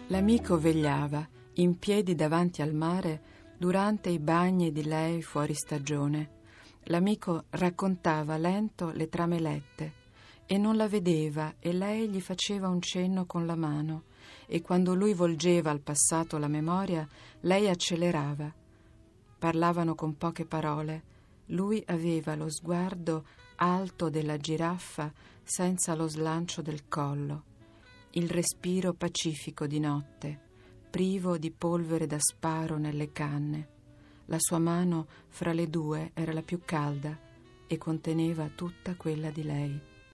L'amico vegliava, in piedi davanti al mare, durante i bagni di lei fuori stagione. L'amico raccontava lento le trame lette e non la vedeva, e lei gli faceva un cenno con la mano, e quando lui volgeva al passato la memoria, lei accelerava. Parlavano con poche parole. Lui aveva lo sguardo alto della giraffa senza lo slancio del collo, il respiro pacifico di notte, privo di polvere da sparo nelle canne. La sua mano fra le due era la più calda e conteneva tutta quella di lei.